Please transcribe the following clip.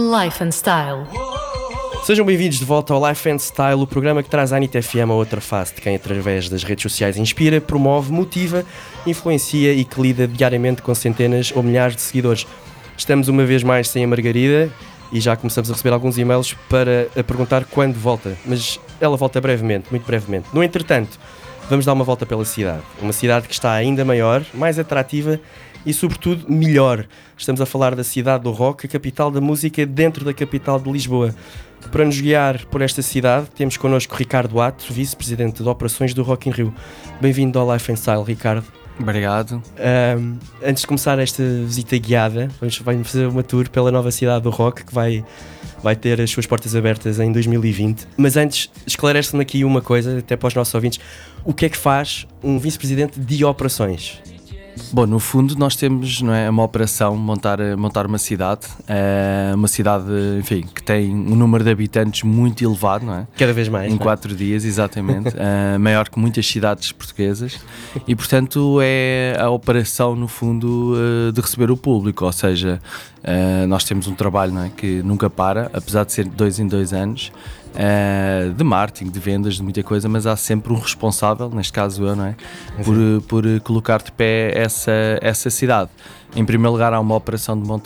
Life and Style. Sejam bem-vindos de volta ao Life and Style, o programa que traz à Anitta FM a outra face de quem, através das redes sociais, inspira, promove, motiva, influencia e que lida diariamente com centenas ou milhares de seguidores. Estamos uma vez mais sem a Margarida e já começamos a receber alguns e-mails para perguntar quando volta, mas ela volta brevemente, muito brevemente. No entretanto, vamos dar uma volta pela cidade, uma cidade que está ainda maior, mais atrativa e, sobretudo, melhor. Estamos a falar da cidade do rock, a capital da música dentro da capital de Lisboa. Para nos guiar por esta cidade, temos connosco Ricardo Ato, vice-presidente de operações do Rock in Rio. Bem-vindo ao Life and Style, Ricardo. Obrigado. Antes de começar esta visita guiada, vamos fazer uma tour pela nova cidade do rock, que vai ter as suas portas abertas em 2020. Mas antes, esclarece-me aqui uma coisa, até para os nossos ouvintes. O que é que faz um vice-presidente de operações? Bom, no fundo nós temos, não é, uma operação, montar uma cidade, enfim, que tem um número de habitantes muito elevado, não é? Cada vez mais. Em 4 dias, exatamente, maior que muitas cidades portuguesas e, portanto, é a operação, no fundo, de receber o público, ou seja, nós temos um trabalho, não é, que nunca para, apesar de ser de 2 em 2 anos, de marketing, de vendas, de muita coisa, mas há sempre um responsável, neste caso eu, não é? Por colocar de pé essa cidade. Em primeiro lugar, há uma operação de montagem